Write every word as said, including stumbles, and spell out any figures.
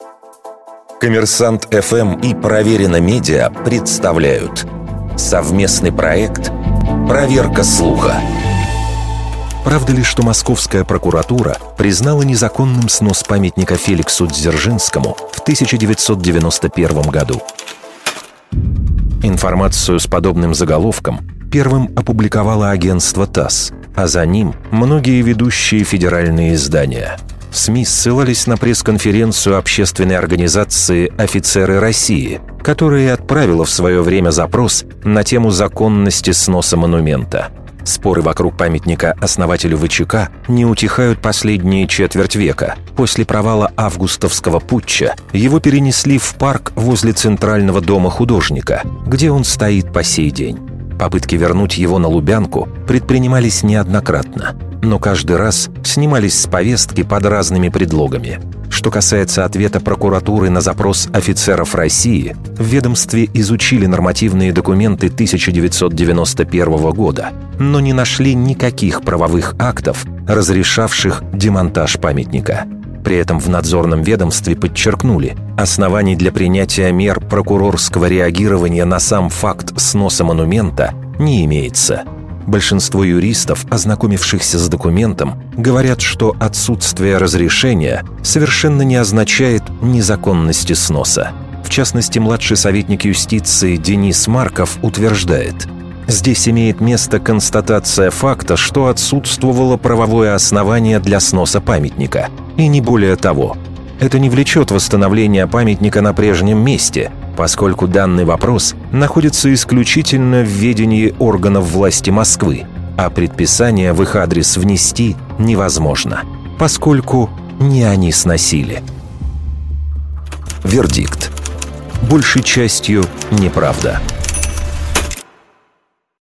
Коммерсант эф эм и Проверено Медиа представляют совместный проект «Проверка слуха». Правда ли, что Московская прокуратура признала незаконным снос памятника Феликсу Дзержинскому в тысяча девятьсот девяносто первом году? Информацию с подобным заголовком первым опубликовало агентство ТАСС, а за ним многие ведущие федеральные издания. СМИ ссылались на пресс-конференцию общественной организации «Офицеры России», которая отправила в свое время запрос на тему законности сноса монумента. Споры вокруг памятника основателю ВЧК не утихают последние четверть века. После провала августовского путча его перенесли в парк возле Центрального дома художника, где он стоит по сей день. Попытки вернуть его на Лубянку предпринимались неоднократно, но каждый раз снимались с повестки под разными предлогами. Что касается ответа прокуратуры на запрос офицеров России, в ведомстве изучили нормативные документы тысяча девятьсот девяносто первого года, но не нашли никаких правовых актов, разрешавших демонтаж памятника. При этом в надзорном ведомстве подчеркнули, оснований для принятия мер прокурорского реагирования на сам факт сноса монумента не имеется. Большинство юристов, ознакомившихся с документом, говорят, что отсутствие разрешения совершенно не означает незаконности сноса. В частности, младший советник юстиции Денис Марков утверждает: здесь имеет место констатация факта, что отсутствовало правовое основание для сноса памятника, и не более того. Это не влечет восстановления памятника на прежнем месте, поскольку данный вопрос находится исключительно в ведении органов власти Москвы, а предписание в их адрес внести невозможно, поскольку не они сносили. Вердикт. Большей частью неправда.